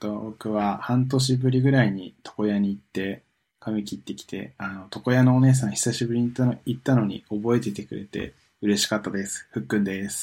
僕は半年ぶりぐらいに床屋に行って、髪切ってきて、床屋のお姉さん久しぶりに行ったのに覚えててくれて嬉しかったです。ふっくんです。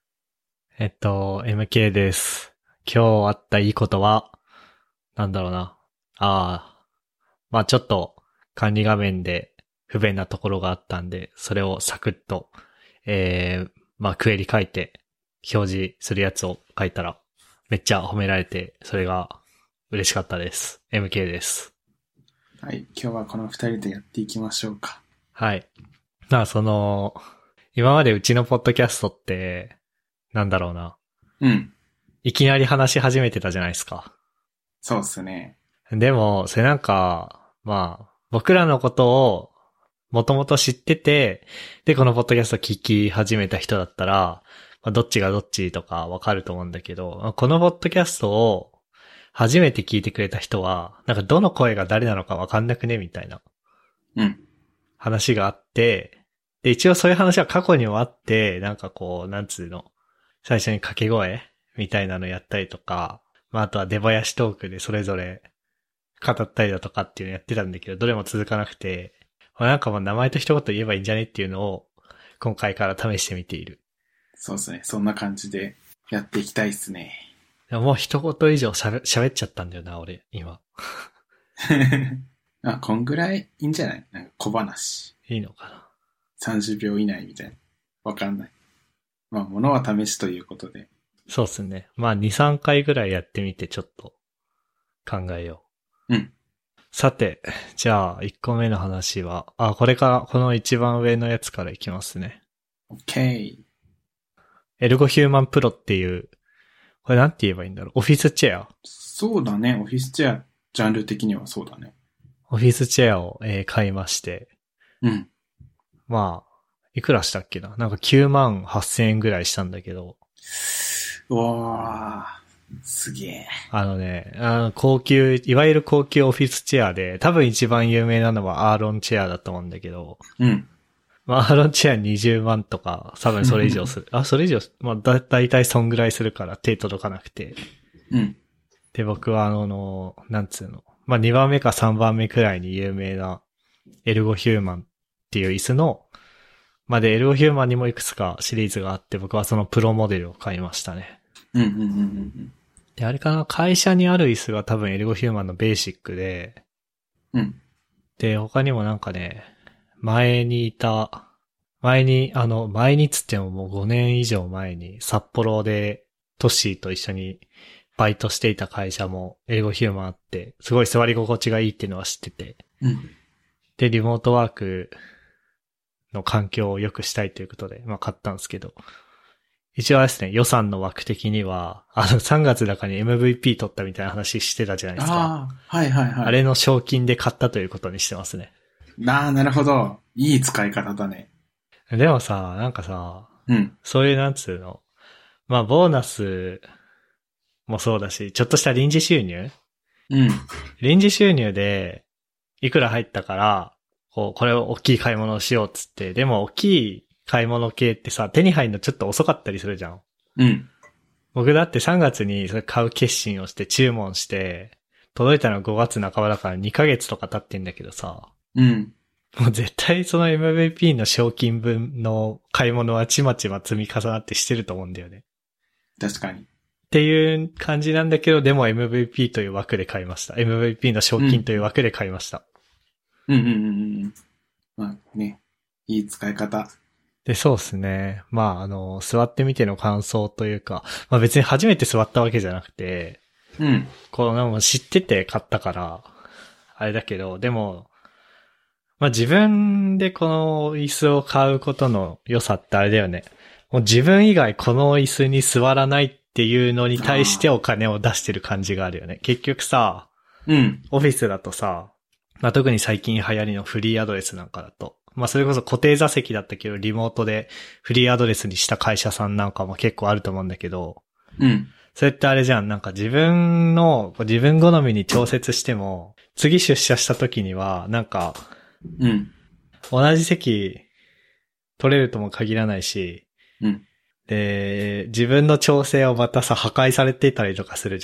MK です。今日あったいいことは、なんだろうな。まあちょっと管理画面で不便なところがあったんで、それをサクッと、まあクエリ書いて表示するやつを書いたら、めっちゃ褒められて、それが嬉しかったです。MK です。 はい、今日はこの2人でやっていきましょうか。 はい。まあ今までうちのポッドキャストって、なんだろうな。 うん。 いきなり話し始めてたじゃないですか。 そうっすね。 でも、それなんか、まあ、僕らのことをもともと知ってて、で、このポッドキャスト聞き始めた人だったら、まあ、どっちがどっちとかわかると思うんだけど、このポッドキャストを初めて聞いてくれた人は、なんかどの声が誰なのかわかんなくねみたいなうん。 話があって、で、一応そういう話は過去にもあって、なんかこう、なんつうの、最初に掛け声みたいなのやったりとか、まああとは出囃子トークでそれぞれ語ったりだとかっていうのやってたんだけど、どれも続かなくて、なんかもう名前と一言言えばいいんじゃねっていうのを、今回から試してみている。 そうっすね。そんな感じでやっていきたいっすね。 でももう一言以上喋っちゃったんだよな、俺、今。 こんぐらいいいんじゃない？なんか小話。 いいのかな。 30秒以内みたいな。わかんない。まあ、物は試しということで。 そうっすね。まあ2、3回ぐらいやってみてちょっと考えよう。うん。 さて、じゃあ1個目の話は、これからこの一番上のやつからいきますね。 OK。 エルゴヒューマンプロっていう、これなんて言えばいいんだろう。オフィスチェア。 そうだね。オフィスチェア、ジャンル的にはそうだね。 オフィスチェアを、買いまして。 うん。 まあ、いくらしたっけな？なんか9万8000円ぐらいしたんだけど。 うわー、すげえ。 高級、いわゆる高級オフィスチェアで、多分一番有名なのはアーロンチェアだと思うんだけど。 うん。 まあ、アーロンチェア20万とか、多分それ以上する。それ以上、まあ、だいたいそんぐらいするから手届かなくて。 うん。 で、僕はなんつうの。まあ、2番目か3番目くらいに有名なエルゴヒューマンっていう椅子の、まあ、で、エルゴヒューマンにもいくつかシリーズがあって、僕はそのプロモデルを買いましたね。 うんうんうんうん。 で、あれかな、会社にある椅子が多分エルゴヒューマンのベーシックで、 うん。 で、他にもなんかね、前につってももう5年以上前に札幌でトッシーと一緒にバイトしていた会社もエルゴヒューマンあって、すごい座り心地がいいっていうのは知ってて、 うん。 で、リモートワークの環境を良くしたいということで、まあ買ったんですけど、一応ですね、予算の枠的には、3月だかに MVP 取ったみたいな話してたじゃないですか。 ああ、はいはいはい。 あれの賞金で買ったということにしてますね。 なるほど。いい使い方だね。 でもさ、なんかさ、 うん。 そういうなんつうの、まあボーナスもそうだし、ちょっとした臨時収入うん。 臨時収入で、いくら入ったから、これを大きい買い物をしようっつって、でも大きい買い物系ってさ、手に入るのちょっと遅かったりするじゃん。 うん。 僕だって3月にそれ買う決心をして注文して、届いたの5月半ばだから2ヶ月とか経ってんだけどさ、 うん。 もう絶対その MVP の賞金分の買い物はちまちま積み重なってしてると思うんだよね。 確かに。 っていう感じなんだけど、でも MVP という枠で買いました。MVP の賞金という枠で買いました。 うんうんうんうん。まあね、いい使い方。 で、そうですね。まあ、座ってみての感想というか、まあ別に初めて座ったわけじゃなくて、 うん。 もう知ってて買ったから、あれだけど、でも、まあ自分でこの椅子を買うことの良さってあれだよね。もう自分以外この椅子に座らないっていうのに対してお金を出してる感じがあるよね。結局さ、 うん。 オフィスだとさ、まあ特に最近流行りのフリーアドレスなんかだと、まあそれこそ固定座席だったけどリモートでフリーアドレスにした会社さんなんかも結構あると思うんだけど、 うん。 それってあれじゃん、なんか自分好みに調節しても、次出社した時には、なんか、 うん。 同じ席取れるとも限らないし、 うん。 で、自分の調整をまたさ、破壊されてたりとかするじゃん。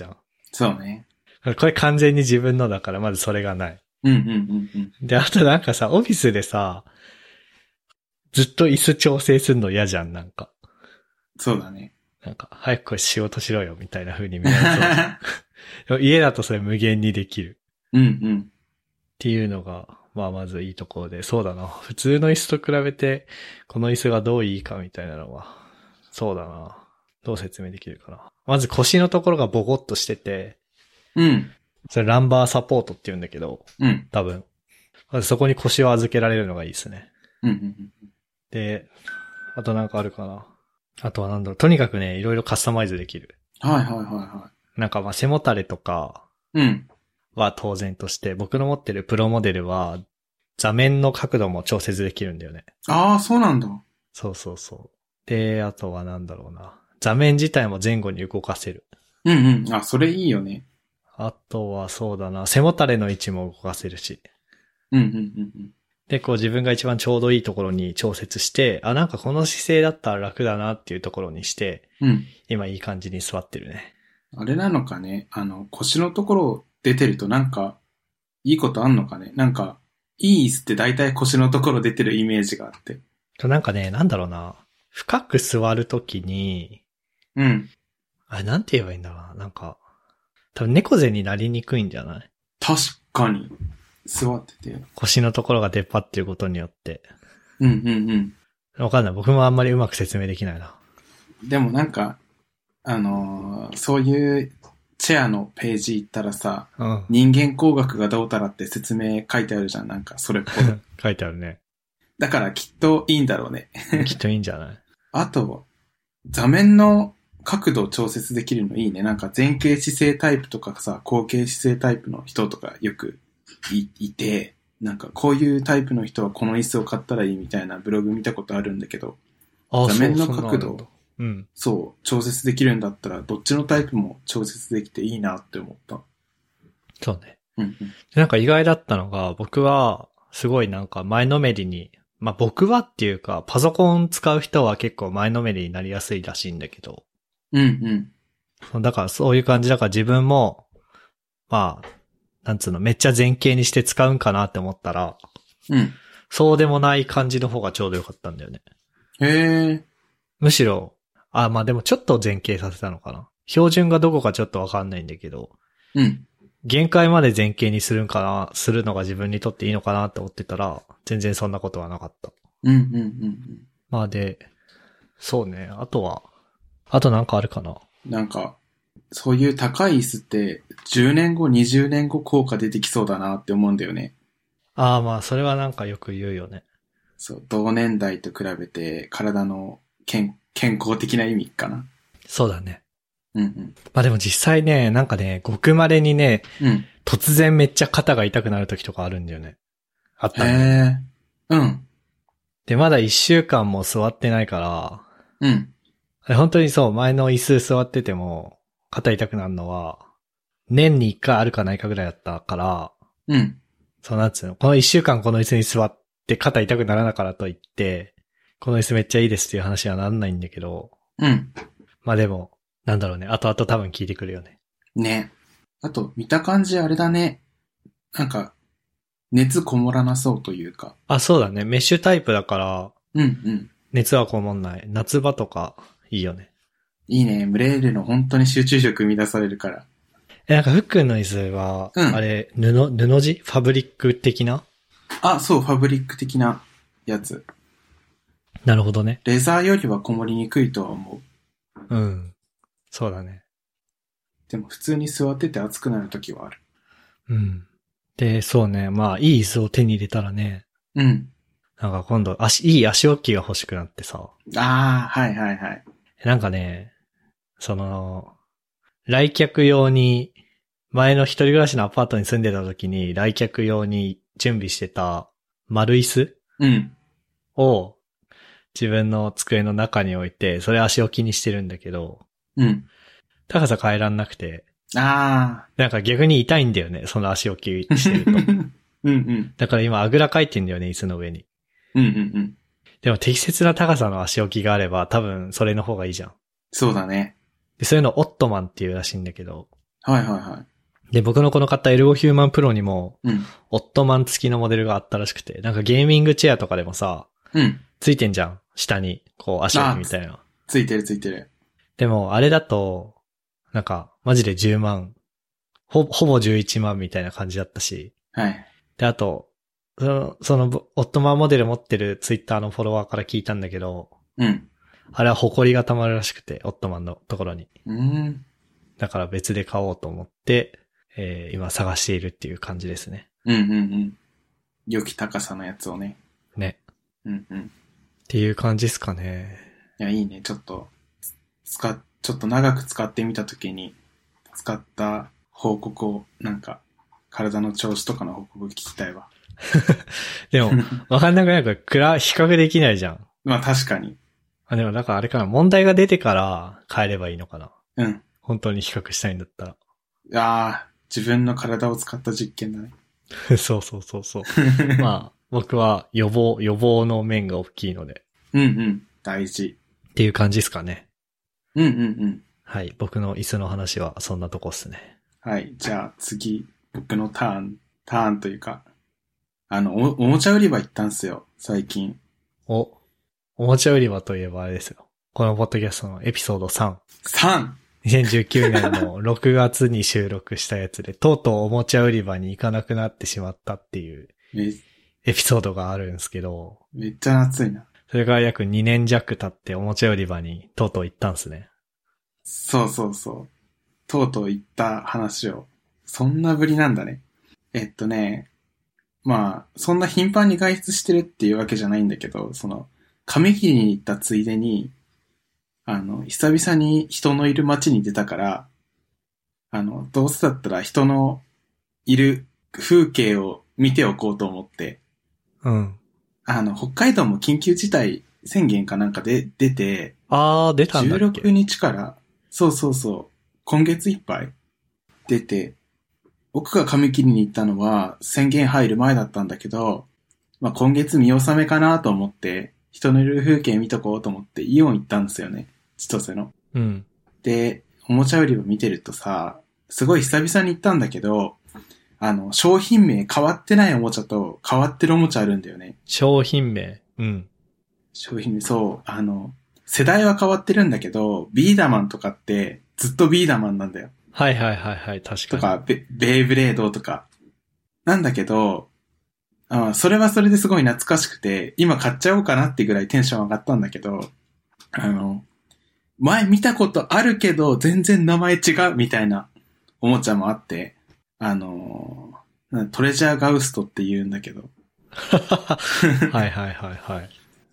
そうね。 これ完全に自分のだから、まずそれがない。 うんうんうんうん。 で、あとなんかさ、オフィスでさ、ずっと椅子調整するの嫌じゃん、なんか。 そうだね。 なんか、早くこれ仕事しろよ、みたいな風に見られそうじゃん。でも家だとそれ無限にできる。 うんうん。 っていうのが、まあまずいいところで、そうだな。普通の椅子と比べて、この椅子がどういいかみたいなのは、そうだな。どう説明できるかな。まず腰のところがボコッとしてて、 うん。 それランバーサポートって言うんだけど、 うん。 多分。まずそこに腰を預けられるのがいいですね。 うんうんで、あとなんかあるかな。あとはなんだろう。とにかくね、いろいろカスタマイズできる。 はいはいはいはなんかまあ背もたれとかい。うん。 は当然として、僕の持ってるプロモデルは座面の角度も調節できるんだよね。 ああ、そうなんだ。 そうそうそう。で、あとはなんだろうな。座面自体も前後に動かせる。 うんうん。あ、それいいよね。 あとはそうだな。背もたれの位置も動かせるし。 うんうんうんうん。 で、こう自分が一番ちょうどいいところに調節して、あ、なんかこの姿勢だったら楽だなっていうところにして、 うん。 今いい感じに座ってるね。 あれなのかね。腰のところ出てるとなんか、いいことあんのかね。なんか、いい椅子って大体腰のところ出てるイメージがあって。 なんかね、なんだろうな。深く座るときに、 うん。 あれなんて言えばいいんだろうな。なんか、多分猫背になりにくいんじゃない？ 確かに。座ってて。 腰のところが出っ張ってることによって。 うんうんうん。 わかんない。僕もあんまりうまく説明できないな。 でもなんか、そういうチェアのページ行ったらさ、 うん。 人間工学がどうたらって説明書いてあるじゃん。なんか、それっぽい。 書いてあるね。 だからきっといいんだろうね。 きっといいんじゃない？ あと、座面の角度を調節できるのいいね。なんか前傾姿勢タイプとかさ、後傾姿勢タイプの人とかよくいて、なんかこういうタイプの人はこの椅子を買ったらいいみたいなブログ見たことあるんだけど、座面の角度をうん。 そう、調節できるんだったら、どっちのタイプも調節できていいなって思った。 そうね。 うんうん。 なんか意外だったのが、僕は、すごいなんか前のめりに、まあ僕はっていうか、パソコン使う人は結構前のめりになりやすいらしいんだけど、 うんうん。 だからそういう感じだから自分も、まあ、なんつうの、めっちゃ前傾にして使うんかなって思ったら、 うん。 そうでもない感じの方がちょうどよかったんだよね。 へえ。 むしろ、まあでもちょっと前傾させたのかな。標準がどこかちょっとわかんないんだけど、 うん。 限界まで前傾にするのが自分にとっていいのかなって思ってたら、全然そんなことはなかった。 うんうんうんまあで、そうね。あとなんかあるかな。 うん。なんか、そういう高い椅子って、10年後、20年後効果出てきそうだなって思うんだよね。 まあ、それはなんかよく言うよね。 そう、同年代と比べて体の健康的な意味かな。 そうだね。 うんうん。 まあでも実際ね、なんかね、ごく稀にね、 うん。 突然めっちゃ肩が痛くなる時とかあるんだよね。あったへね。 え。うん。 で、まだ1週間も座ってないから、 うん。 本当にそう、前の椅子座ってても、肩痛くなるのは、年に1回あるかないかぐらいだったから、 うん。 そうなんつうの、この1週間この椅子に座って肩痛くならなからといって、この椅子めっちゃいいですっていう話はなんないんだけど、 うん。 まあでも、なんだろうね、後々多分聞いてくるよね。 ね。あと、見た感じあれだね。なんか、熱こもらなそうというか。 そうだね、メッシュタイプだから、 うんうん。 熱はこもんない。夏場とか、いいよね。 いいね。ムレールの本当に集中力生み出されるから。 なんか、フックンの椅子は、 うんあれ、布地ファブリック的な？ あ、そう、ファブリック的なやつ。 なるほどね。 レザーよりはこもりにくいとは思う。 うん。そうだね。 でも普通に座ってて熱くなるときはある。 うん。で、そうね。まあ、いい椅子を手に入れたらね、 うん。 なんか今度、いい足置きが欲しくなってさ。 ああ、はいはいはい。 なんかね、来客用に、前の一人暮らしのアパートに住んでた時に来客用に準備してた丸椅子うん。 を自分の机の中に置いて、それ足置きにしてるんだけど、 うん。 高さ変えらんなくて、 ああ。 なんか逆に痛いんだよね、その足置きしてると。 うんうん。 だから今あぐらかいてんだよね、椅子の上に。 うんうんうん。 でも適切な高さの足置きがあれば多分それの方がいいじゃん。 そうだね。 で、そういうのオットマンっていうらしいんだけど、 はいはいはで、僕のこの買ったエルゴヒューマンプロにも、 い。うん。 オットマン付きのモデルがあったらしくて、なんかゲーミングチェアとかでもさ、 うん。 ついてんじゃん。下に、こう足置きみたいな。 ついてるついてる。 でも、あれだと、なんか、マジで10万、ほぼ11万みたいな感じだったし。 はい。 で、あと、その、オットマンモデル持ってるツイッターのフォロワーから聞いたんだけど、 うん。 あれは埃が溜まるらしくて、オットマンのところに。だから別で買おうと思って、今探しているっていう感じですね。 うんうんうん。良き高さのやつをね。 ね。 うんうん。 っていう感じですかね。 いや、いいね。ちょっと長く使ってみたときに、使った報告を、なんか、体の調子とかの報告を聞きたいわ。 でも、わかんなくないから比較できないじゃん。 まあ確かに。 でもだからあれかな、問題が出てから変えればいいのかな。 うん。 本当に比較したいんだったら。 自分の体を使った実験だね。 そう。まあ、僕は予防の面が大きいので。 うんうん。大事。 っていう感じですかね。 うんうんうん。 はい。僕の椅子の話はそんなとこっすね。 はい。じゃあ次、僕のターンというか、おもちゃ売り場行ったんすよ、最近。 おもちゃ売り場といえばあれですよ。このポッドキャストのエピソード3。2019年の6月に収録したやつで、とうとうおもちゃ売り場に行かなくなってしまったっていうエピソードがあるんですけど。 めっちゃ暑いな。 それから約2年弱経っておもちゃ売り場にとうとう行ったんすね。 そう。とうとう行った話を。そんなぶりなんだね。まあ、そんな頻繁に外出してるっていうわけじゃないんだけど、髪切りに行ったついでに、久々に人のいる街に出たから、どうせだったら人のいる風景を見ておこうと思って、 うん。 北海道も緊急事態宣言かなんかで出て、 出たんだっけ 16日から、そう、今月いっぱい出て、僕が髪切りに行ったのは宣言入る前だったんだけど、まあ、今月見納めかなと思って、人のいる風景見とこうと思ってイオン行ったんですよね。千歳の。 うん。 で、おもちゃ売り場見てるとさ、すごい久々に行ったんだけど、商品名変わってないおもちゃと変わってるおもちゃあるんだよね。 商品名。うん。 商品名、そう。世代は変わってるんだけど、ビーダマンとかってずっとビーダマンなんだよ。 はい、確かに。 とか、ベイブレードとか。なんだけど、それはそれですごい懐かしくて、今買っちゃおうかなってぐらいテンション上がったんだけど、前見たことあるけど、全然名前違うみたいなおもちゃもあって、トレジャーガウストって言うんだけど。 はい。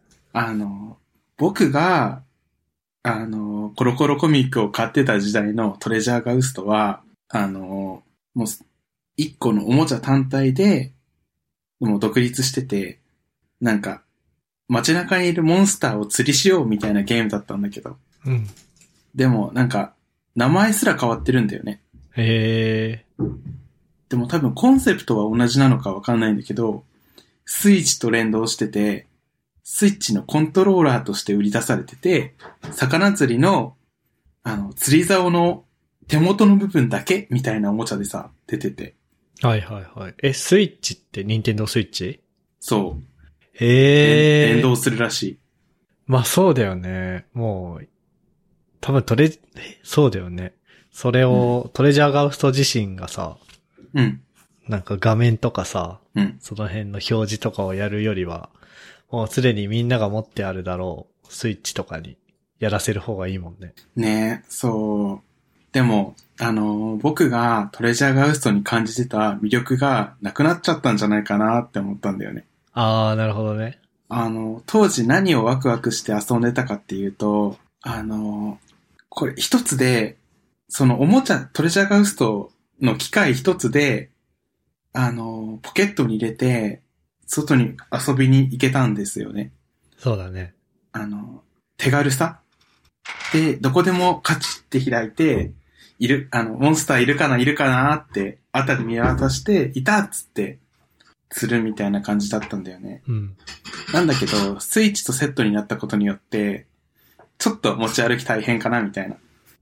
僕が、コロコロコミックを買ってた時代のトレジャーガウストは、もう、一個のおもちゃ単体で、もう独立してて、なんか、街中にいるモンスターを釣りしようみたいなゲームだったんだけど。 うん。 でも、なんか、名前すら変わってるんだよね。 へー。 でも多分コンセプトは同じなのかわかんないんだけど、スイッチと連動してて、スイッチのコントローラーとして売り出されてて、魚釣りの、釣り竿の手元の部分だけみたいなおもちゃでさ、出てて。 はい。スイッチってニンテンドースイッチ？ そう。 連動するらしい。 まあそうだよね。もう、多分そうだよね。それを、トレジャーガウスト自身がさ、 うん。 なんか画面とかさ、 うん。 その辺の表示とかをやるよりは、もうすでにみんなが持ってあるだろう、スイッチとかにやらせる方がいいもんね。 ねえ、そう。でも、僕がトレジャーガウストに感じてた魅力がなくなっちゃったんじゃないかなって思ったんだよね。 なるほどね。 当時何をワクワクして遊んでたかっていうと、これ一つで、そのおもちゃ、トレジャーガウストの機械一つで、ポケットに入れて、外に遊びに行けたんですよね。 そうだね。 手軽さで、どこでもカチって開いて、モンスターいるかなって、あたり見渡して、いたっつって、釣るみたいな感じだったんだよね。 うん。 なんだけど、スイッチとセットになったことによって、ちょっと持ち歩き大変かなみたいな。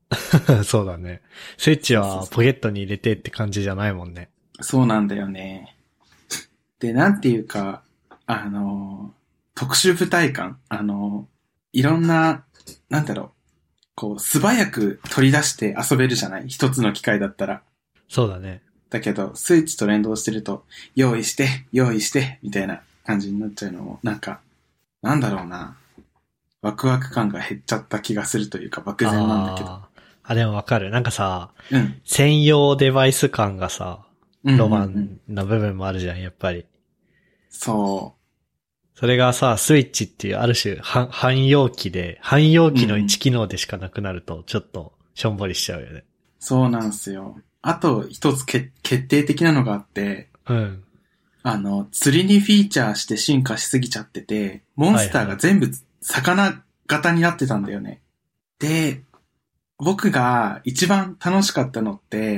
そうだね。スイッチはポケットに入れてって感じじゃないもんね。 そうなんだよね。で、なんていうか、特殊部隊感。いろんな、なんだろう、こう、素早く取り出して遊べるじゃない？一つの機械だったら。 そうだね。 だけど、スイッチと連動してると、用意して、みたいな感じになっちゃうのも、なんか、なんだろうな。ワクワク感が減っちゃった気がするというか、漠然なんだけど。 でもわかる。なんかさ、 うん。 専用デバイス感がさ、 うんうんうんロマンな部分もあるじゃん、やっぱり。 そそれがさ、スイッチっていうある種、汎用機で、汎用機の一機能でしかなくなると、ちょっと、しょんぼりしちゃうよね。 そうなんすよ。あと、一つ決定的なのがあって、 うん。 釣りにフィーチャーして進化しすぎちゃってて、モンスターが全部魚型になってたんだよね。で、僕が一番楽しかったのって、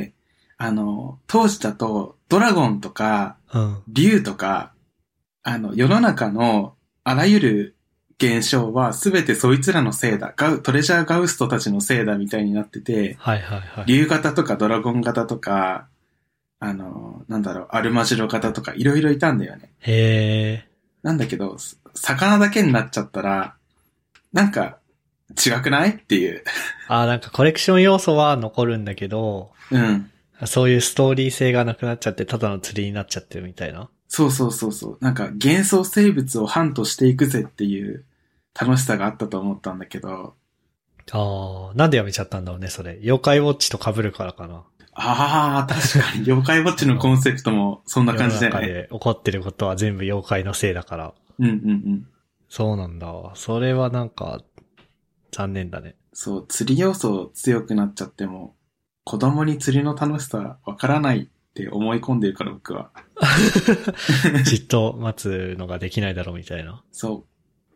当時だとドラゴンとか、 うん。 竜とか、世の中のあらゆる現象はすべてそいつらのせいだ。トレジャーガウストたちのせいだみたいになってて、 はいはいはい。 竜型とかドラゴン型とか、なんだろう、アルマジロ型とかいろいろいたんだよね。 へー。 なんだけど、魚だけになっちゃったら、なんか、違くないっていう。 なんかコレクション要素は残るんだけど、 うん。 そういうストーリー性がなくなっちゃって、ただの釣りになっちゃってるみたいな。 そうそうそうそう。なんか幻想生物をハントしていくぜっていう楽しさがあったと思ったんだけど。 なんでやめちゃったんだろうね、それ。妖怪ウォッチと被るからかな。 ああ、確かに。妖怪ウォッチのコンセプトもそんな感じだよね。 世の中で起こってることは全部妖怪のせいだから。 うんうんうん。 そうなんだ。それはなんか、残念だね。 そう、釣り要素強くなっちゃっても、子供に釣りの楽しさわからないって思い込んでるから僕は。 じっと待つのができないだろうみたいな。 そう。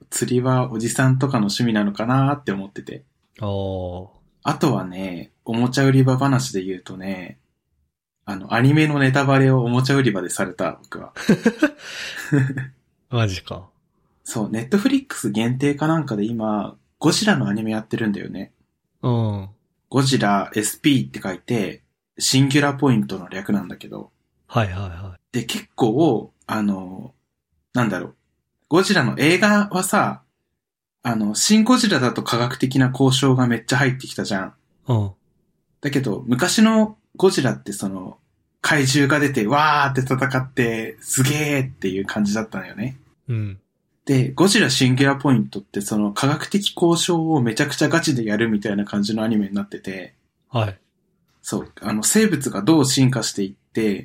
釣りはおじさんとかの趣味なのかなって思ってて。あとはね、おもちゃ売り場話で言うとね、アニメのネタバレをおもちゃ売り場でされた、僕は。 マジか。 そう、ネットフリックス限定かなんかで今、ゴジラのアニメやってるんだよね。 うん。 ゴジラ SP って書いて、シンギュラポイントの略なんだけど。 はいはいはい。 で、結構、なんだろう。ゴジラの映画はさ、シンゴジラだと科学的な交渉がめっちゃ入ってきたじゃん。 うん。 だけど、昔のゴジラって怪獣が出て、わーって戦って、すげーっていう感じだったのよね。 うん。 で、ゴジラシンギュラポイントって科学的交渉をめちゃくちゃガチでやるみたいな感じのアニメになってて、 はい。 そう、生物がどう進化していって、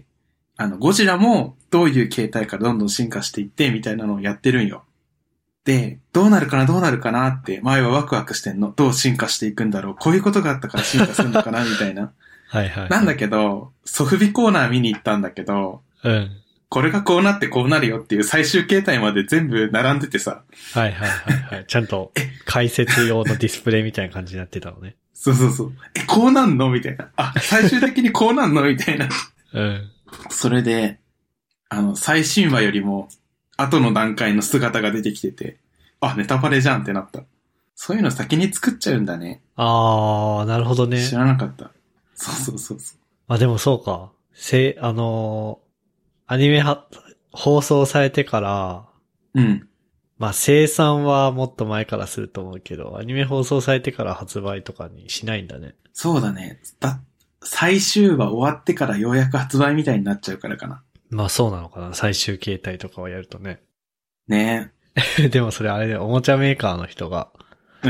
ゴジラもどういう形態からどんどん進化していって、みたいなのをやってるんよ。で、どうなるかなって前はワクワクしてんの。どう進化していくんだろう。こういうことがあったから進化するのかなみたいな。 はいはい。 なんだけど、ソフビコーナー見に行ったんだけど、 うん。 これがこうなってこうなるよっていう最終形態まで全部並んでてさ。 はいはいはいはい。ちゃんと解説用のディスプレイみたいな感じになってたのね。 そうそうそう。こうなんのみたいな。最終的にこうなんのみたいな。 うん。 それで、最新話よりも、後の段階の姿が出てきてて、ネタバレじゃんってなった。そういうの先に作っちゃうんだね。 なるほどね。 知らなかった。そうそう。 でもそうか。アニメ放送されてから、 うん。 生産はもっと前からすると思うけど、アニメ放送されてから発売とかにしないんだね。 そうだね。最終話終わってからようやく発売みたいになっちゃうからかな。 そうなのかな。最終形態とかをやるとね。 ねでもそれあれでおもちゃメーカーの人が。 うん。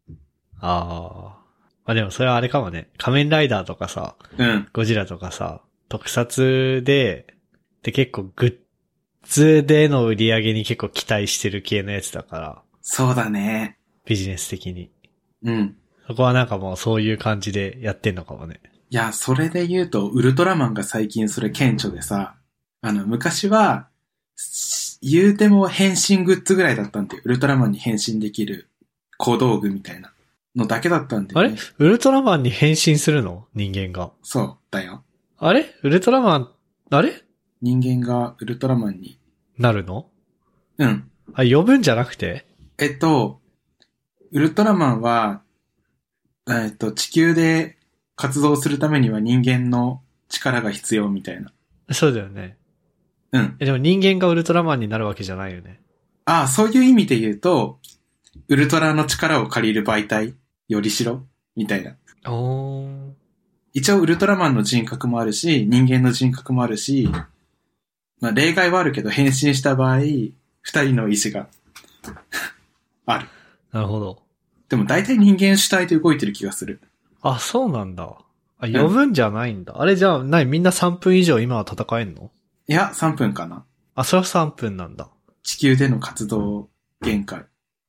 でもそれはあれかもね。仮面ライダーとかさ、 うん。 ゴジラとかさ、特撮で結構グッズでの売り上げに結構期待してる系のやつだから。 そうだね。 ビジネス的に。 うん。 そこはなんかもうそういう感じでやってんのかもね。 いや、それで言うと、ウルトラマンが最近それ顕著でさ、昔は、言うても変身グッズぐらいだったんで、ウルトラマンに変身できる小道具みたいなのだけだったんで、ね。 あれウルトラマンに変身するの？人間が。 そうだよ。 あれウルトラマン、あれ人間がウルトラマンに。 なるの？ うん。 呼ぶんじゃなくて？ ウルトラマンは、 地球で活動するためには人間の力が必要みたいな。 そうだよね。 うん。 でも人間がウルトラマンになるわけじゃないよね。 ああ、そういう意味で言うと、ウルトラの力を借りる媒体、よりしろみたいな。 おー。 一応ウルトラマンの人格もあるし、人間の人格もあるし、まあ例外はあるけど変身した場合、二人の意志がある。 なるほど。 でも大体人間主体で動いてる気がする。 あ、そうなんだ。あ、呼ぶんじゃないんだ。あれじゃあ、みんな3分以上今は戦えんの？ いや、3分かな。 あ、それは3分なんだ。 地球での活動限界。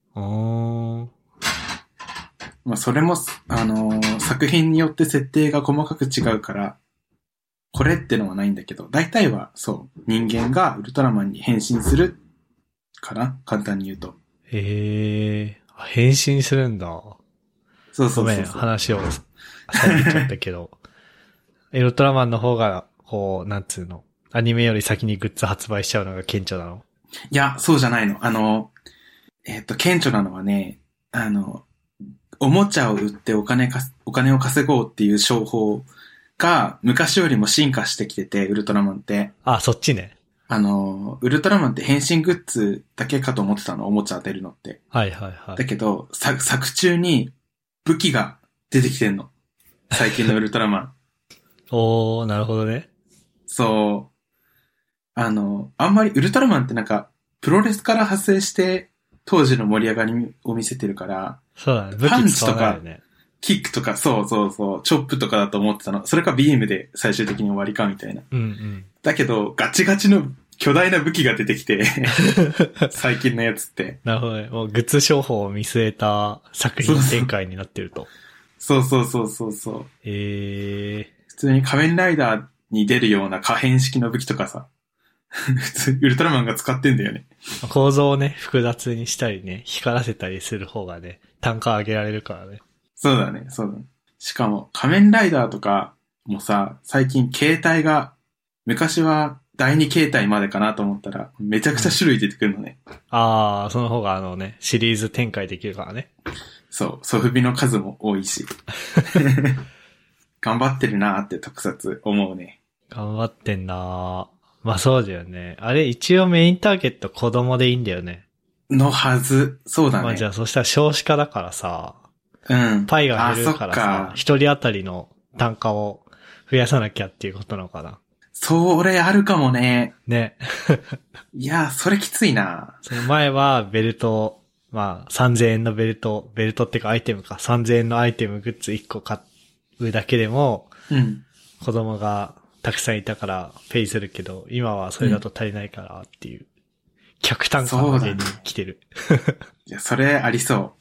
まあそれも、作品によって設定が細かく違うから、これってのはないんだけど、大体はそう、人間がウルトラマンに変身するかな？簡単に言うと。 へえ、変身するんだ。 そうそうそうそう。 ごめん、話を遮っちゃったけど。ウルトラマンの方が、こう、なんつうの、アニメより先にグッズ発売しちゃうのが顕著なの？ いや、そうじゃないの。顕著なのはね、おもちゃを売ってお金を稼ごうっていう商法が昔よりも進化してきてて、ウルトラマンって。 あ、そっちね。 ウルトラマンって変身グッズだけかと思ってたの、おもちゃ出るのって。 はいはいはい。 だけど、作中に武器が出てきてんの。最近のウルトラマン。 おー、なるほどね。 そう。あんまりウルトラマンってなんか、プロレスから派生して、当時の盛り上がりを見せてるから、 そうだね。武器使わないよね。 キックとか、そうそうそう、チョップとかだと思ってたの。それかビームで最終的に終わりかみたいな。 うんうん。 だけど、ガチガチの巨大な武器が出てきて、最近のやつって。 なるほどね。もうグッズ商法を見据えた作品展開になってると。 そうそうそうそうそう。 普通に仮面ライダーに出るような可変式の武器とかさ、普通ウルトラマンが使ってんだよね。 構造をね、複雑にしたりね、光らせたりする方がね、単価上げられるからね。 そうだね、そうだね。しかも、仮面ライダーとかもさ、最近形態が、昔は第二形態までかなと思ったら、めちゃくちゃ種類出てくるのね。 ああ、その方がシリーズ展開できるからね。 そう、ソフビの数も多いし。頑張ってるなーって特撮思うね。 頑張ってんなー。まあそうだよね。あれ一応メインターゲット子供でいいんだよね。 のはず。そうだね。 まあじゃあそしたら少子化だからさ、 うん。 パイが減るからさ、一人当たりの単価を増やさなきゃっていうことなのかな。 それあるかもね。 ね。 いや、それきついな。 その前はベルト、まあ3000円のベルトっていうかアイテムか、3000円のアイテムグッズ1個買うだけでも、 うん。 子供がたくさんいたからペイするけど、今はそれだと足りないからっていう、客単価までに来てる。 いや、それありそう。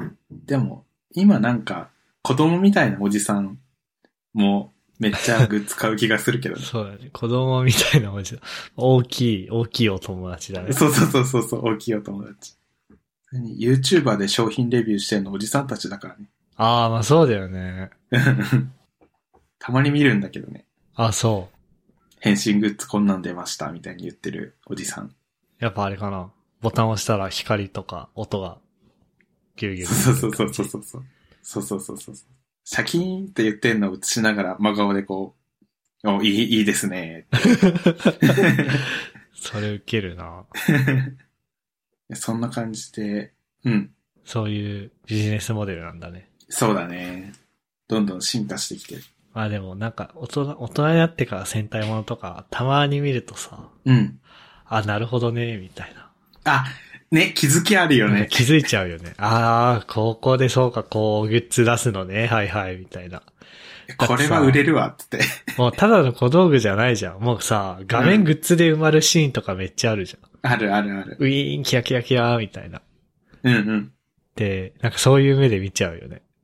でも、今なんか、子供みたいなおじさんもめっちゃグッズ買う気がするけどね。 そうだね。子供みたいなおじさん。大きいお友達だね。 そう、大きいお友達。YouTuber で商品レビューしてるのおじさんたちだからね。 ああ、まあそうだよね。 たまに見るんだけどね。 あ、そう。 変身グッズこんなん出ましたみたいに言ってるおじさん。 やっぱあれかな。ボタンを押したら光とか音がギュルギュル。 そう。シャキーンって言ってんのを映しながら真顔でこう、いいですね。 それウケるな。 そんな感じで、うん。 そういうビジネスモデルなんだね。 そうだね。どんどん進化してきてる。 まあでもなんか大人になってから戦隊ものとかたまに見るとさ、 うん。 あ、なるほどね、みたいな。 あ、ね、気づきあるよね。 気づいちゃうよね。ああ、ここでそうか、こうグッズ出すのね、はいはい、みたいな。 これは売れるわ、って。 もうただの小道具じゃないじゃん。もうさ、画面グッズで埋まるシーンとかめっちゃあるじゃん。 ある。 ウィーン、キラキラキラ、みたいな。 うん。 で、なんかそういう目で見ちゃうよね。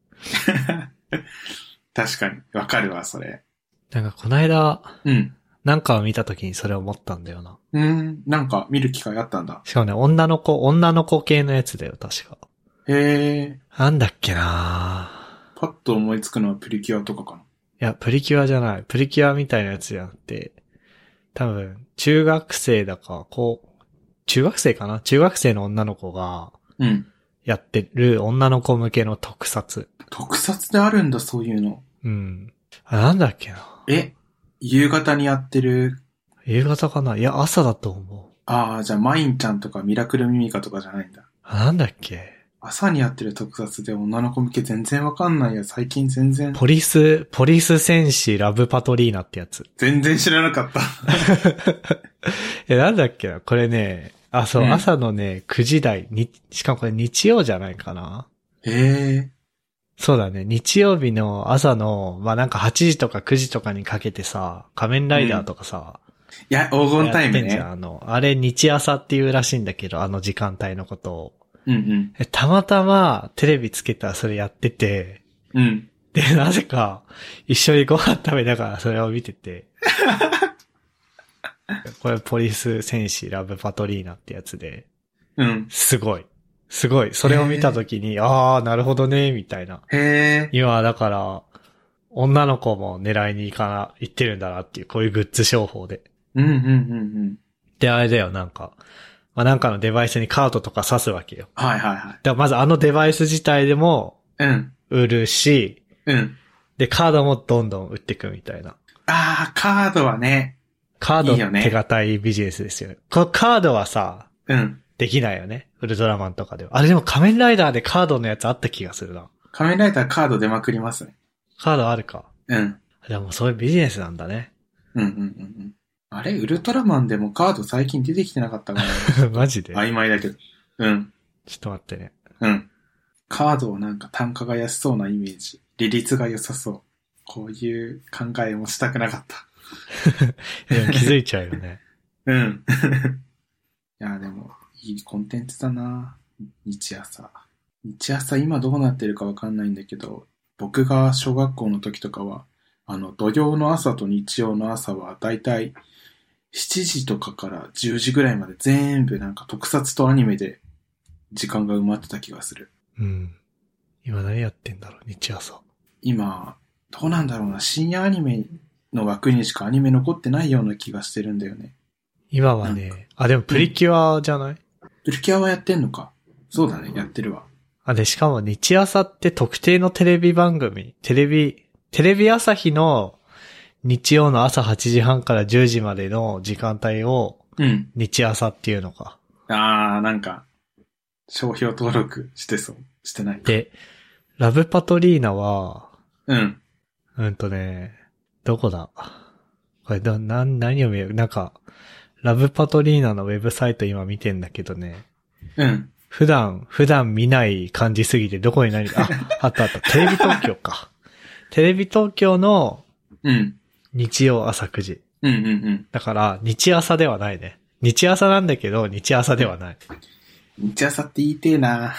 確かに。わかるわ、それ。 なんかこの間、 うん。 なんかを見た時にそれを思ったんだよな。 なんか見る機会あったんだ。 しかもね、女の子系のやつだよ、確か。 へー。 なんだっけなパッと思いつくのはプリキュアとかかな。 いや、プリキュアじゃない。プリキュアみたいなやつじゃなくて、多分、中学生だか、中学生かな？中学生の女の子が、 うん。 やってる女の子向けの特撮。 特撮であるんだ、そういうの。 うん。なんだっけな。 夕方にやってる。 夕方かな？いや、朝だと思う。 じゃあ、マインちゃんとかミラクルミミカとかじゃないんだ。 なんだっけ？ 朝にやってる特撮で女の子向け全然わかんないや。最近全然。 ポリス戦士ラブパトリーナってやつ。 全然知らなかった。 なんだっけな。これね、そう、朝のね、9時台しかもこれ日曜じゃないかな。そうだね。日曜日の朝の、なんか8時とか9時とかにかけてさ、仮面ライダーとかさ、 いや、黄金タイムね。 やってんじゃん。あれ日朝っていうらしいんだけど、あの時間帯のことを。たまたまテレビつけたらそれやってて、で、なぜか一緒にご飯食べながらそれを見てて、これポリス戦士ラブパトリーナってやつで、すごい。それを見たときに、なるほどね、みたいな。今だから、女の子も狙いに行ってるんだなっていう、こういうグッズ商法で。で、あれだよ、なんかのデバイスにカードとか挿すわけよ。 だからまずあのデバイス自体でも、売るし、で、カードもどんどん売っていくみたいな。 カードはね。 カード手堅いビジネスですよね。このカードはさ、できないよね。ウルトラマンとかでは。あれでも仮面ライダーでカードのやつあった気がするな。 仮面ライダーカード出まくりますね。 カードあるか。でもそういうビジネスなんだね。 あれウルトラマンでもカード最近出てきてなかったかな。 マジで曖昧だけど。ちょっと待ってね。 カードはなんか単価が安そうなイメージ。利率が良さそう。こういう考えもしたくなかった。 でも気づいちゃうよね。 いや、でも、いいコンテンツだな。日朝今どうなってるかわかんないんだけど、僕が小学校の時とかは、土曜の朝と日曜の朝はだいたい7時とかから10時ぐらいまで全部なんか特撮とアニメで時間が埋まってた気がする。 今何やってんだろう、日朝。 今、どうなんだろうな、深夜アニメの枠にしかアニメ残ってないような気がしてるんだよね。 今はね、でもプリキュアじゃない？ プリキュアはやってんのか。そうだね、やってるわ。 で、しかも日朝って特定のテレビ番組、テレビ朝日の日曜の朝8時半から10時までの時間帯を、日朝っていうのか。 なんか、商標登録してそう。してない。 で、ラブパトリーナは、 ね、 どこだ？これ何を見る？なんか、ラブパトリーナのウェブサイト今見てんだけどね。普段見ない感じすぎてどこにあった。テレビ東京か。テレビ東京の、日曜朝9時。だから、日朝ではないね。日朝なんだけど、日朝ではない。 日朝って言いてえな。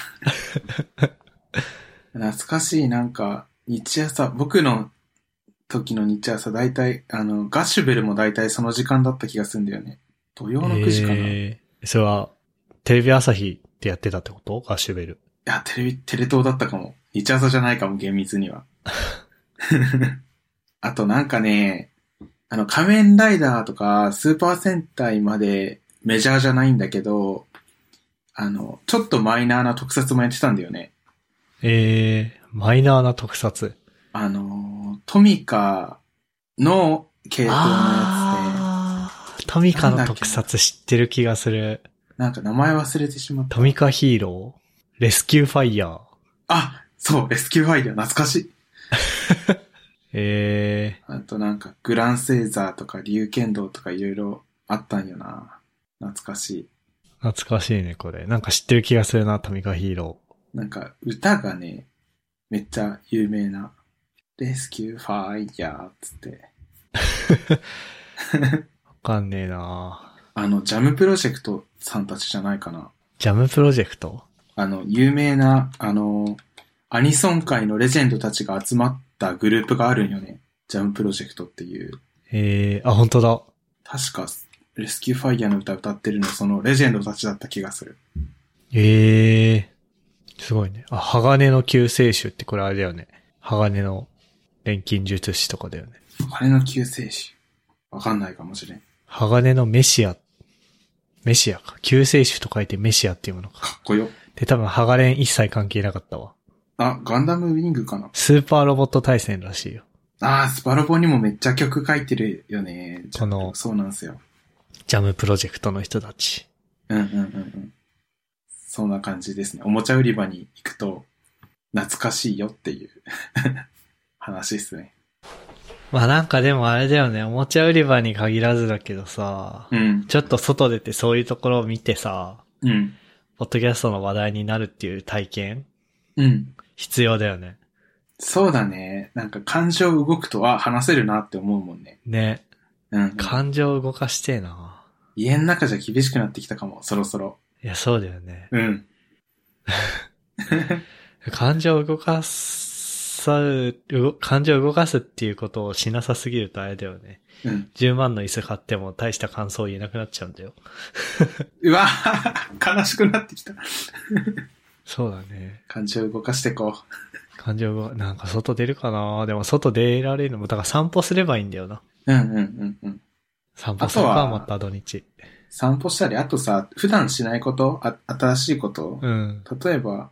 懐かしい、なんか、日朝、僕の時の日朝、だいたい、ガッシュベルもだいたいその時間だった気がするんだよね。土曜の9時かな。 それは、テレビ朝日ってやってたってこと？ガッシュベル。 いや、テレ東だったかも。日朝じゃないかも、厳密には。あとなんかね、仮面ライダーとか、スーパー戦隊までメジャーじゃないんだけど、ちょっとマイナーな特撮もやってたんだよね。 マイナーな特撮。 トミカの系統のやつで。 トミカの特撮知ってる気がする。 なんか名前忘れてしまった。 トミカヒーロー？レスキューファイヤー。 そう、レスキューファイヤー、懐かしい。あとなんか、グランセーザーとか、龍剣道とかいろいろあったんよな。懐かしい。 懐かしいね、これ。なんか知ってる気がするな、トミカヒーロー。なんか、歌がね、めっちゃ有名な。レスキューファイヤーっつって。 わかんねえな。 ジャムプロジェクトさんたちじゃないかな。 ジャムプロジェクト？ 有名な、アニソン界のレジェンドたちが集まったグループがあるんよね。ジャムプロジェクトっていう。 本当だ。 確か、レスキューファイヤーの歌ってるの、そのレジェンドたちだった気がする。 すごいね。鋼の救世主ってこれあれだよね。鋼の錬金術師とかだよね。 鋼の救世主。わかんないかもしれん。 鋼のメシアか。救世主と書いてメシアっていうものか。 かっこよ。 で、多分ハガレン一切関係なかったわ。 あ、ガンダムウィングかな。 スーパーロボット対戦らしいよ。 あー、スパロボにもめっちゃ曲書いてるよね。 このそうなんですよ。 ジャムプロジェクトの人たち。 そんな感じですね。おもちゃ売り場に行くと懐かしいよっていう話ですね。 まあなんかでもあれだよね、おもちゃ売り場に限らずだけどさ、 うん。 ちょっと外出てそういうところを見てさ、 うん。 ポッドキャストの話題になるっていう体験うん。 必要だよね。 そうだね。なんか感情動くとは話せるなって思うもんね。 ね。 うん。 感情を動かしてえな。 家の中じゃ厳しくなってきたかも、そろそろ。 いや、そうだよね。 うん。 感情を動かすっていうことをしなさすぎるとあれだよね。 うん。 10万の椅子買っても大した感想言えなくなっちゃうんだよ。 うわ悲しくなってきた。 そうだね。 感情動かしてこなんか外出るかな。でも外出られるのも、だから散歩すればいいんだよな。 う。うん。 散歩するか、また土日。 散歩したり、あとさ、普段しないこと、新しいこと、 うん。 例えば、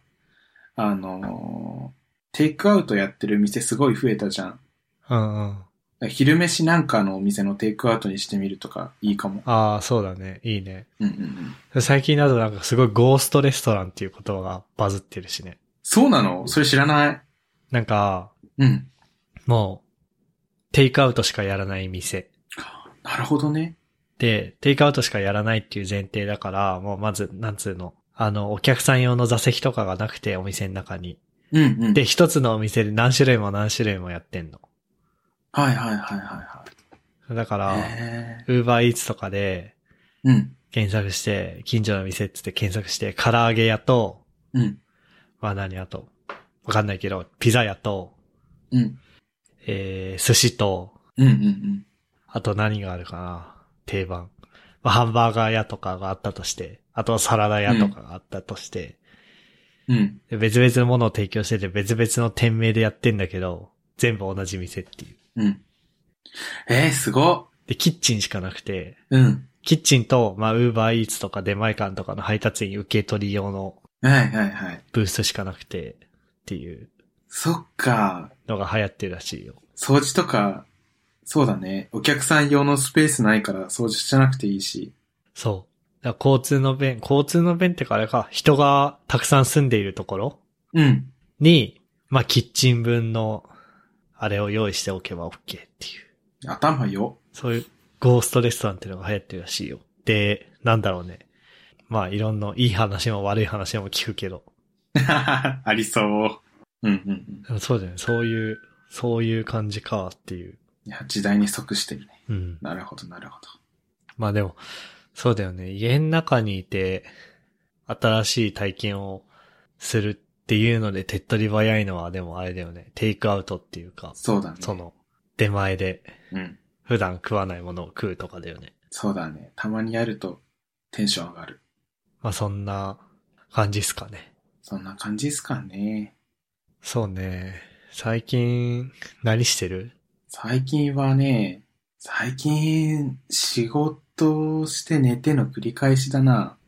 テイクアウトやってる店すごい増えたじゃん。 うんうん。 昼飯なんかのお店のテイクアウトにしてみるとかいいかも。 ああ、そうだね。いいね。 うん。 最近だとなんかすごいゴーストレストランっていう言葉がバズってるしね。 そうなの？それ知らない。 なんか、 うん。 もう、テイクアウトしかやらない店。 なるほどね。 で、テイクアウトしかやらないっていう前提だから、もうまず、なんつうの、お客さん用の座席とかがなくて、お店の中に。 うん。 で、一つのお店で何種類もやってんの。 はい。 だから、 へウーバーイーツとかで、 ー。うん。 検索して、近所の店っつって検索して、唐揚げ屋と、 うん。 まあ何あと、わかんないけど、ピザ屋と、 うん。 寿司と、あと何があるかな、定番。まあ、ハンバーガー屋とかがあったとして、あとサラダ屋とかがあったとして、で別々のものを提供してて別々の店名でやってんだけど、全部同じ店っていう。 すごっ。 で、キッチンしかなくて、キッチンと、まあ、ウーバーイーツとか出前館とかの配達員受け取り用の、ブースしかなくて、っていう。 そっか。 のが流行ってるらしいよ。 掃除とか、そうだね。お客さん用のスペースないから掃除しなくていいし。 そう。だから交通の便ってかあれか、人がたくさん住んでいるところに、まあ、キッチン分の、あれを用意しておけば OK っていう。 頭よ。 そういうゴーストレストランっていうのが流行ってるらしいよ。で、なんだろうね。まあ、いろんないい話も悪い話も聞くけど。 ありそう。 そうだよね。そういう感じかっていう。 いや、時代に即してるね。 うん。 なるほど。 まあでも、そうだよね。家の中にいて、新しい体験をするっていうので手っ取り早いのはでもあれだよね。テイクアウトっていうか。 そうだね。 その、出前で、 うん。 普段食わないものを食うとかだよね。 そうだね。たまにやるとテンション上がる。 まあそんな感じっすかね。 そんな感じっすかね。 そうね。最近、何してる？ 最近はね、仕事して寝ての繰り返しだな。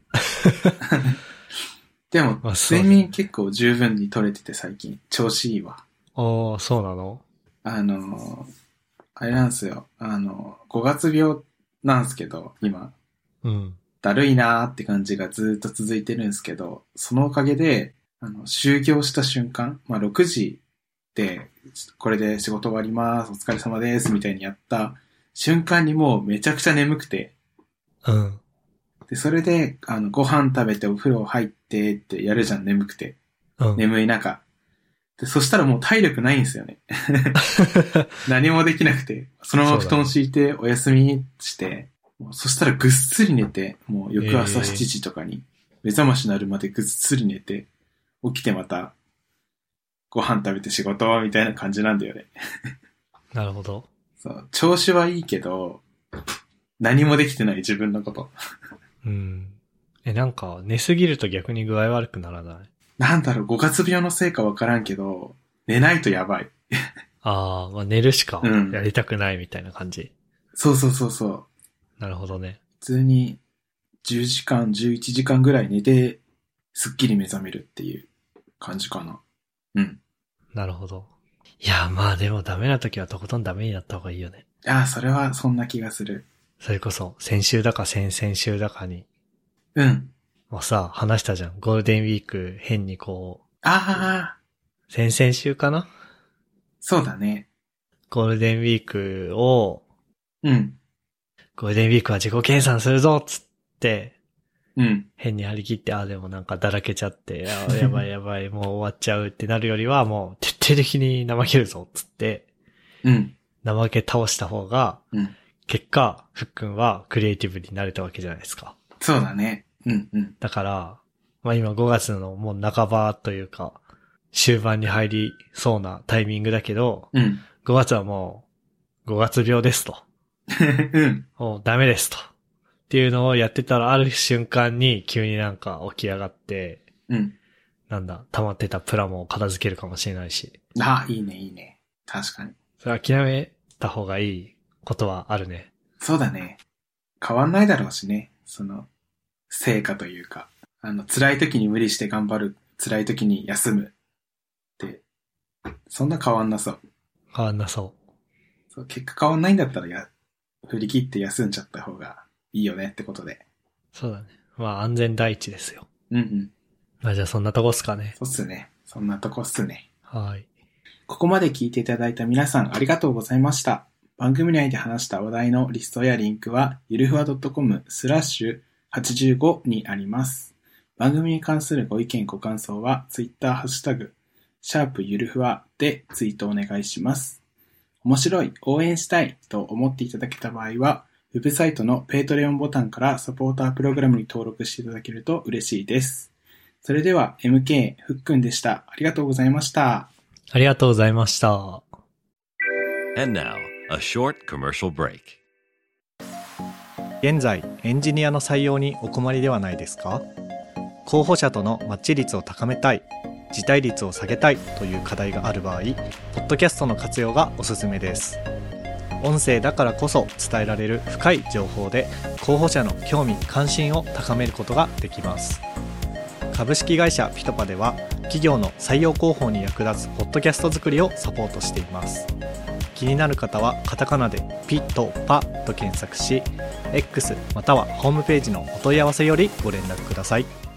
でも、睡眠結構十分に取れてて最近。調子いいわ。 ああ、そうなの？ あれなんですよ。5月病なんですけど、今。 うん。 だるいなーって感じがずっと続いてるんですけど、そのおかげで、就業した瞬間、まあ、6時で、これで仕事終わります、お疲れ様です、みたいにやった瞬間にもうめちゃくちゃ眠くて。 うん。 で、それで、ご飯食べてお風呂入ってってやるじゃん、眠くて。 うん。 眠い中。で、そしたらもう体力ないんですよね。何もできなくて、そのまま布団敷いてお休みして、そしたらぐっすり寝て、もう翌朝7時とかに目覚まし鳴るまでぐっすり寝て、起きてまたご飯食べて仕事みたいな感じなんだよね。 なるほど。 そう、調子はいいけど、何もできてない自分のこと。 うん。なんか寝すぎると逆に具合悪くならない？ なんだろう、5月病のせいかわからんけど、寝ないとやばい。 ああ、まあ寝るしかやりたくないみたいな感じ。 そう。 なるほどね。 普通に10時間、11時間ぐらい寝てすっきり目覚めるっていう感じかな。うん。 なるほど。いや、まあでもダメな時はとことんダメになった方がいいよね。 ああ、それはそんな気がする。 それこそ、先週だか先々週だかに、 うん。 もうさ、話したじゃん。ゴールデンウィーク変にこう、 ああ、 先々週かな？ そうだね。 ゴールデンウィークを、 うん。 ゴールデンウィークは自己計算するぞっつって、 うん。 変に張り切って、でもなんかだらけちゃって、やばいやばい、もう終わっちゃうってなるよりは、もう徹底的に怠けるぞっつって、 うん。 怠け倒した方が、 うん。 結果、ふっくんはクリエイティブになれたわけじゃないですか。 そうだね。うんうん。 だから、まあ今5月のもう半ばというか、終盤に入りそうなタイミングだけど、 うん。 5月はもう、5月病ですと。 うん。 もうダメですと。っていうのをやってたら、ある瞬間に急になんか起き上がって、 うん。 なんだ、溜まってたプラモを片付けるかもしれないし。 ああ、いいね、いいね。確かに。 それ諦めた方がいいことはあるね。 そうだね。変わんないだろうしね。その、成果というか。辛い時に無理して頑張る。辛い時に休む。って、そんな変わんなそう。 変わんなそそう、結果変わんないんだったら振り切って休んじゃった方がいいよねってことで。 う。そうだね。まあ安全第一ですよ。 うんうん。 まあじゃあそんなとこっすかね。 そうっすね。そんなとこっすね。 はい。 ここまで聞いていただいた皆さんありがとうございました。番組内で話した話題のリストやリンクは、ゆるふわ .com/85 にあります。番組に関するご意見ご感想は、ツイッターハッシュタグ、#ゆるふわでツイートお願いします。面白い、応援したいと思っていただけた場合は、ウェブサイトのペイトレオンボタンからサポータープログラムに登録していただけると嬉しいです。それでは MK ふっくんでした。ありがとうございました。 ありがとうございました。 And now, a short commercial break. 現在エンジニアの採用にお困りではないですか？候補者とのマッチ率を高めたい、辞退率を下げたいという課題がある場合、ポッドキャストの活用がおすすめです。音声だからこそ伝えられる深い情報で候補者の興味関心を高めることができます。株式会社ピトパでは企業の採用広報に役立つポッドキャスト作りをサポートしています。気になる方はカタカナでピトパと検索し、X またはホームページのお問い合わせよりご連絡ください。